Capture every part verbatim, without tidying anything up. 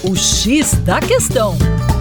O X da Questão.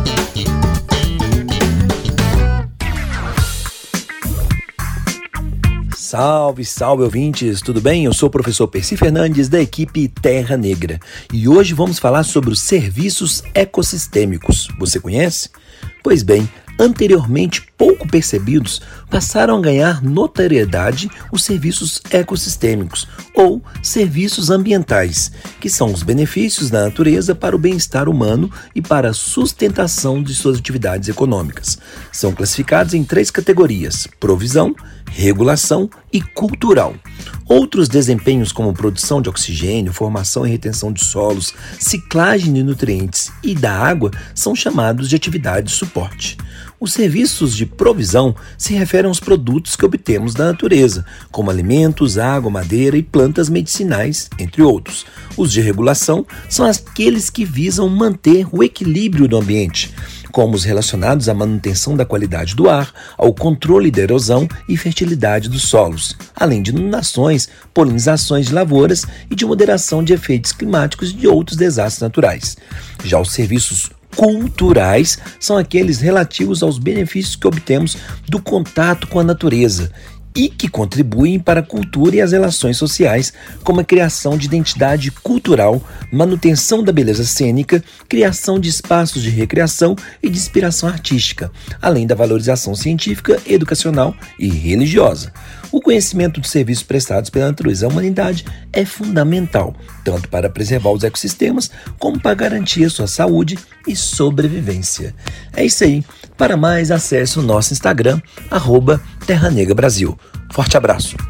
Salve, salve ouvintes, tudo bem? Eu sou o professor Percy Fernandes da equipe Terra Negra e hoje vamos falar sobre os serviços ecossistêmicos. Você conhece? Pois bem, anteriormente pouco percebidos, passaram a ganhar notoriedade os serviços ecossistêmicos ou serviços ambientais, que são os benefícios da natureza para o bem-estar humano e para a sustentação de suas atividades econômicas. São classificados em três categorias: provisão, regulação e cultural. Outros desempenhos como produção de oxigênio, formação e retenção de solos, ciclagem de nutrientes e da água são chamados de atividades de suporte. Os serviços de provisão se referem aos produtos que obtemos da natureza, como alimentos, água, madeira e plantas medicinais, entre outros. Os de regulação são aqueles que visam manter o equilíbrio do ambiente, como os relacionados à manutenção da qualidade do ar, ao controle da erosão e fertilidade dos solos, além de inundações, polinizações de lavouras e de moderação de efeitos climáticos e de outros desastres naturais. Já os serviços culturais são aqueles relativos aos benefícios que obtemos do contato com a natureza e que contribuem para a cultura e as relações sociais, como a criação de identidade cultural, manutenção da beleza cênica, criação de espaços de recreação e de inspiração artística, além da valorização científica, educacional e religiosa. O conhecimento dos serviços prestados pela natureza à humanidade é fundamental, tanto para preservar os ecossistemas, como para garantir a sua saúde e sobrevivência. É isso aí. Para mais, acesse o nosso Instagram, arroba Terra Negra Brasil. Forte abraço!